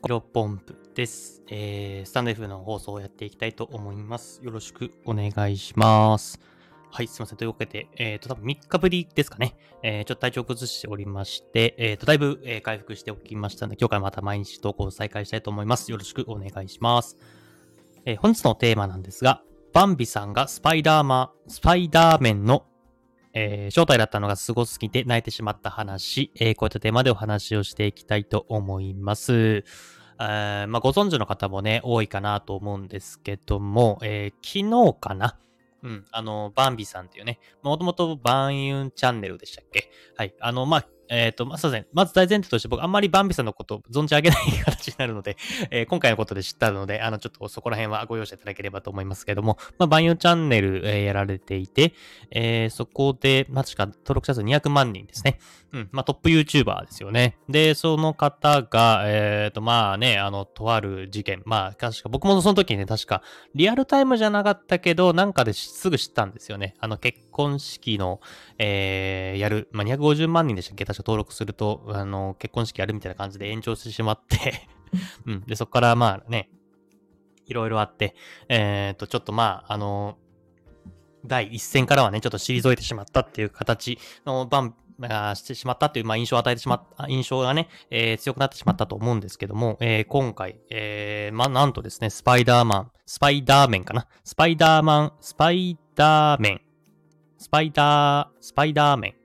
ロポンプです。スタンド F の放送をやっていきたいと思います。よろしくお願いします。はい、すいません。というわけで、多分3日ぶりですかね。ちょっと体調崩しておりまして、だいぶ、回復しておきましたので、今日からまた毎日投稿を再開したいと思います。よろしくお願いします。本日のテーマなんですが、バンビさんがスパイダーメンの正体だったのがすごすぎて泣いてしまった話、こういったテーマでお話をしていきたいと思います。ご存知の方もね、多いかなと思うんですけども、昨日かな。バンビさんっていうね、もともとバンユンチャンネルでしたっけ？はい。そうですね。まず大前提として僕あんまりバンビさんのことを存じ上げない形になるので、今回のことで知ったので、ちょっとそこら辺はご容赦いただければと思いますけども、バンユンチャンネル、やられていて、そこで、確か登録者数200万人ですね。トップ YouTuber ですよね。で、その方が、とある事件。確か僕もその時にね、確か、リアルタイムじゃなかったけど、なんかですぐ知ったんですよね。結婚式の、やる、250万人でしたっけ？確か登録すると、結婚式やるみたいな感じで延長してしまってで、そこからいろいろあって、ちょっと第一線からはね、ちょっと退いてしまったっていう形のしてしまったという、印象がね、強くなってしまったと思うんですけども、今回、なんとですね、スパイダーメンかなスパイダーメン。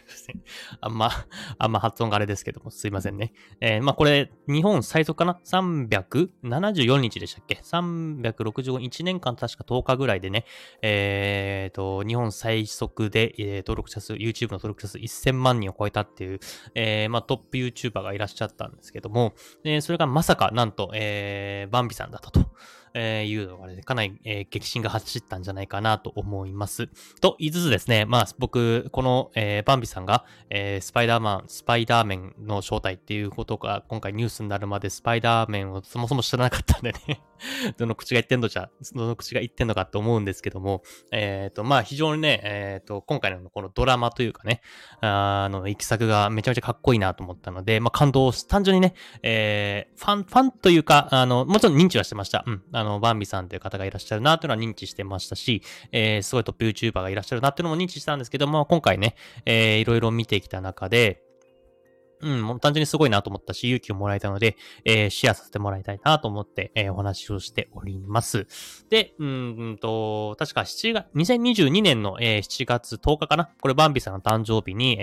あんま発音があれですけども、すいませんね。これ、日本最速かな ?374 日でしたっけ ?365、1年間確か10日ぐらいでね、日本最速で、登録者数、YouTube の登録者数1000万人を超えたっていう、トップ YouTuber がいらっしゃったんですけども、それがまさか、なんと、バンビさんだったと。いうのがね、かなり、激震が走ったんじゃないかなと思います。と言いつつですね、僕、この、バンビさんが、スパイダーメンの正体っていうことが今回ニュースになるまでスパイダーメンをそもそも知らなかったんでねどの口が言ってんのかって思うんですけども、非常にね、今回のこのドラマというかね、行き先がめちゃめちゃかっこいいなと思ったので、感動し、単純にね、ファンというか、もちろん認知はしてました。バンビさんという方がいらっしゃるなというのは認知してましたし、すごいトップ YouTuber がいらっしゃるなっていうのも認知したんですけども、今回ね、いろいろ見てきた中で、もう単純にすごいなと思ったし、勇気をもらえたので、シェアさせてもらいたいなと思って、お話をしております。で、確か2022年の、7月10日かなこれバンビさんの誕生日に、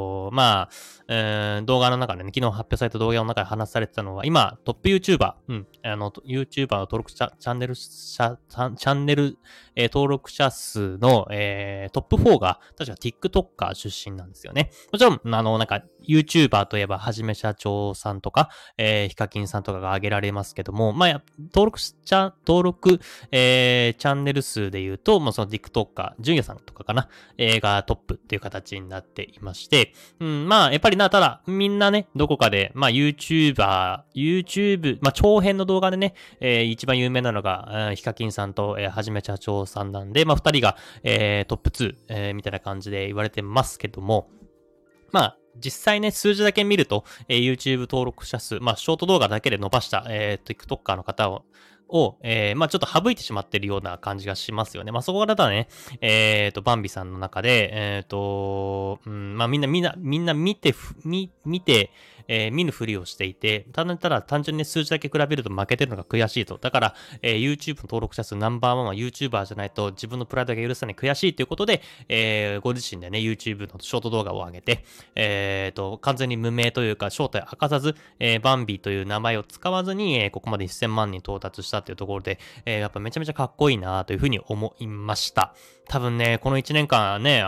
動画の中でね、昨日発表された動画の中で話されてたのは、今、トップ YouTuber、YouTuber の登録者、チャンネル、登録者数の、トップ4が、確か TikToker 出身なんですよね。もちろん、YouTuber といえば、はじめ社長さんとか、ヒカキンさんとかが挙げられますけども、登録、チャンネル数で言うと、その TikToker、ジュンヤさんとかかな、がトップっていう形になっていまして、やっぱりただ、みんなね、どこかで、YouTube、長編の動画でね、一番有名なのが、ヒカキンさんと、はじめ社長さんなんで、二人が、トップ2、みたいな感じで言われてますけども、実際ね、数字だけ見ると、YouTube 登録者数、ショート動画だけで伸ばした、TikToker の方を、ちょっと省いてしまってるような感じがしますよね。そこからだね、バンビさんの中で、みんな見て、見ぬふりをしていて、ただ単純に数字だけ比べると負けてるのが悔しいと。だから、YouTube の登録者数ナンバーワンは YouTuber じゃないと自分のプライドが許さない悔しいということで、ご自身でね、YouTube のショート動画を上げて、完全に無名というか正体を明かさず、バンビという名前を使わずに、ここまで1000万人到達したというところで、やっぱめちゃめちゃかっこいいなというふうに思いました。多分ね、この1年間ね、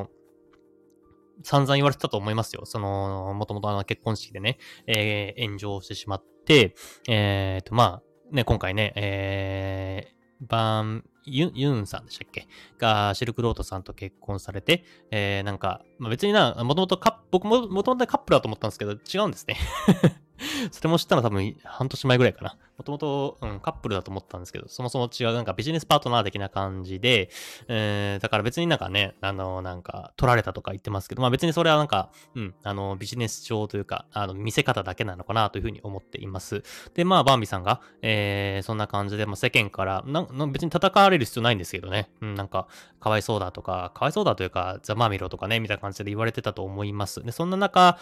散々言われてたと思いますよ。もともと結婚式でね、炎上してしまって、今回ね、 ユンさんでしたっけが、シルクロードさんと結婚されて、なんか、まあ、別にもともと僕ももともとカップルだと思ったんですけど、違うんですね。それも知ったの多分半年前ぐらいかな。もともと、カップルだと思ったんですけど、そもそも違う、なんかビジネスパートナー的な感じで、だから別になんかね、なんか、取られたとか言ってますけど、まあ別にそれはなんか、ビジネス上というか、見せ方だけなのかなというふうに思っています。で、まあ、バンビさんが、そんな感じで、まあ世間から、別に叩かれる必要ないんですけどね、なんか、かわいそうだとか、かわいそうだというか、ざまあみろとかね、みたいな感じで言われてたと思います。で、そんな中、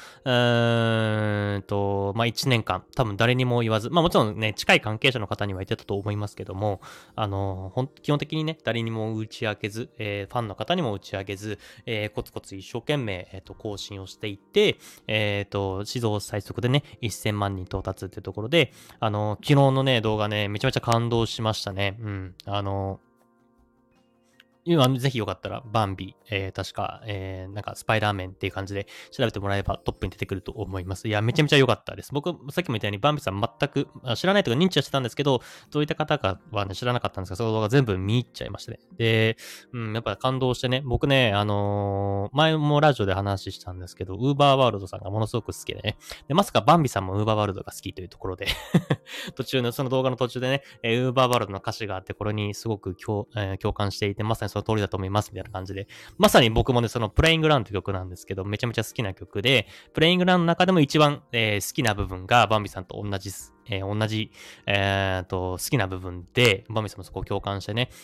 まあ1年間、多分誰にも言わず、まあもちろんね、近い関係者の方には言ってたと思いますけども、基本的にね、誰にも打ち明けず、ファンの方にも打ち明けず、コツコツ一生懸命、更新をしていって、史上最速でね、1000万人到達っていうところで、昨日のね、動画ね、めちゃめちゃ感動しましたね。今、ぜひよかったら、バンビ、確か、なんか、スパイダーメンっていう感じで調べてもらえばトップに出てくると思います。いや、めちゃめちゃ良かったです。僕、さっきも言ったように、バンビさん全く知らないとか認知はしてたんですけど、どういった方かはね、知らなかったんですが、その動画全部見入っちゃいましたね。で、やっぱ感動してね、僕ね、前もラジオで話したんですけど、ウーバーワールドさんがものすごく好きでね、で、まさかバンビさんもウーバーワールドが好きというところでその動画の途中でね、ウーバーワールドの歌詞があって、これにすごく共感していて、まさにその通りだと思います、みたいな感じで。まさに僕もね、そのプレイングラウンという曲なんですけど、めちゃめちゃ好きな曲で、プレイングラウンの中でも一番、好きな部分がバンビさんと同じ、好きな部分で、バンビさんもそこを共感してね、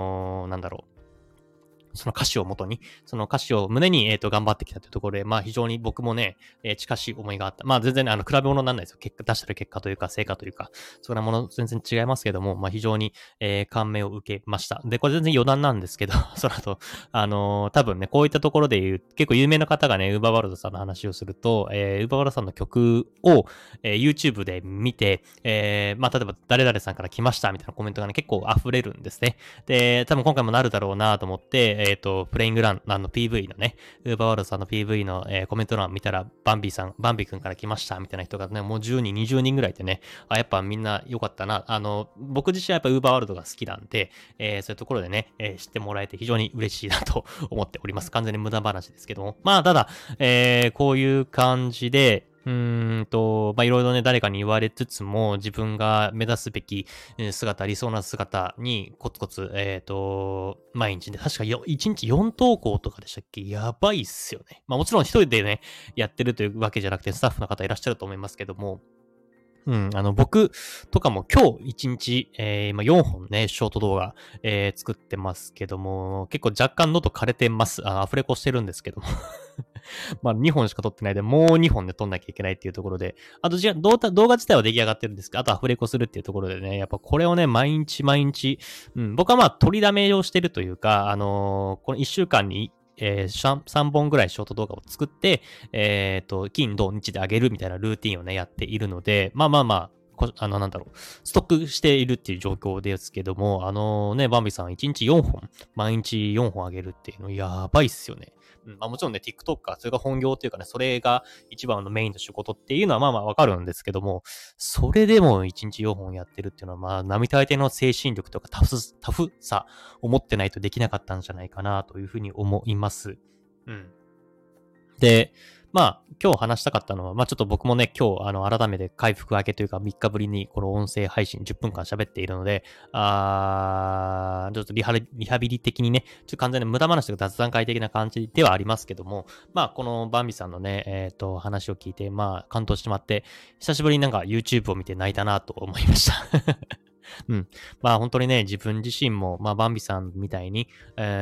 その歌詞を元に、その歌詞を胸に、頑張ってきたというところで、まあ非常に僕もね、近しい思いがあった。まあ全然ね、比べ物にならないですよ。出してる結果というか、成果というか、そんなもの全然違いますけども、まあ非常に、感銘を受けました。で、これ全然余談なんですけど、その後、多分ね、こういったところで言う、結構有名な方がね、ウーバーワールドさんの話をすると、ウーバーワールドさんの曲を、YouTube で見て、まあ例えば誰々さんから来ましたみたいなコメントがね、結構溢れるんですね。で、多分今回もなるだろうなと思って、プレイングラン、PV のね、ウーバーワールドさんの PV の、コメント欄見たら、バンビ君から来ました、みたいな人がね、もう10人、20人ぐらいでね、やっぱみんな良かったな。僕自身はやっぱウーバーワールドが好きなんで、そういうところでね、知ってもらえて非常に嬉しいなと思っております。完全に無駄話ですけども。まあ、ただ、こういう感じで、まあ、いろいろね、誰かに言われつつも、自分が目指すべき姿、理想な姿にコツコツ、毎日で、確か1日4投稿とかでしたっけ？やばいっすよね。まあもちろん一人でね、やってるというわけじゃなくて、スタッフの方いらっしゃると思いますけども、僕とかも今日1日、今4本ね、ショート動画、作ってますけども、結構若干喉枯れてます。アフレコしてるんですけども。まあ2本しか撮ってないで、もう2本で撮んなきゃいけないっていうところで、あと動画自体は出来上がってるんですけど、あとアフレコするっていうところでね、やっぱこれをね、毎日毎日、僕はまあ取りだめをしてるというか、この1週間に3本ぐらいショート動画を作って、金、土、日で上げるみたいなルーティンをね、やっているので、まあまあまあ、ストックしているっていう状況ですけども、バンビさん1日4本、毎日4本上げるっていうのやばいっすよね。まあもちろんね、TikTok か、それが本業っていうかね、それが一番のメインの仕事っていうのはまあまあわかるんですけども、それでも1日4本やってるっていうのは、まあ、並大抵の精神力とかタフさを持ってないとできなかったんじゃないかなというふうに思います。で、まあ、今日話したかったのは、まあちょっと僕もね、今日、改めて回復明けというか3日ぶりにこの音声配信10分間喋っているので、ちょっとリハビリ的にね、ちょっと完全に無駄話とか雑談会的な感じではありますけども、まあこのバンビさんのね、話を聞いて、まあ感動してもらって、久しぶりになんか YouTube を見て泣いたなと思いました。まあ本当にね、自分自身も、まあバンビさんみたいに、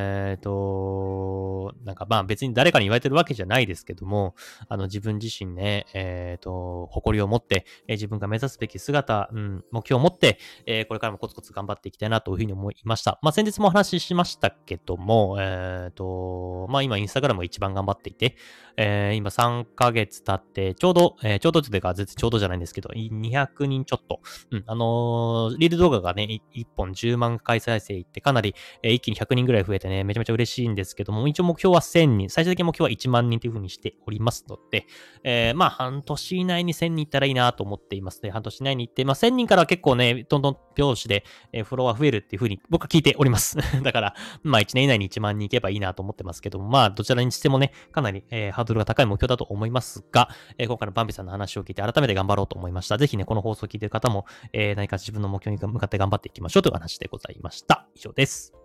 なんかまあ別に誰かに言われてるわけじゃないですけども、自分自身ね、誇りを持って、自分が目指すべき姿、目標を持って、これからもコツコツ頑張っていきたいなというふうに思いました。まあ先日もお話ししましたけども、まあ今インスタグラムが一番頑張っていて、今3ヶ月経って、ちょうどというか全然ちょうどじゃないんですけど、200人ちょっと、リール動画がね、1本10万回再生いって、かなり、一気に100人ぐらい増えてね、めちゃめちゃ嬉しいんですけども、一応目標は1000人、最終的な目標は1万人という風にしておりますので、まあ、半年以内に1000人いったらいいなと思っていますね。半年以内に行って、まあ、1000人からは結構ね、どんどん拍子で、フォロワー増えるっていう風に僕は聞いております。だから、まあ、1年以内に1万人いけばいいなと思ってますけども、まあ、どちらにしてもね、かなり、ハードルが高い目標だと思いますが、今回のバンビさんの話を聞いて改めて頑張ろうと思いました。ぜひね、この放送を聞いている方も、何か自分の目標に向かって頑張っていきましょうという話でございました。以上です。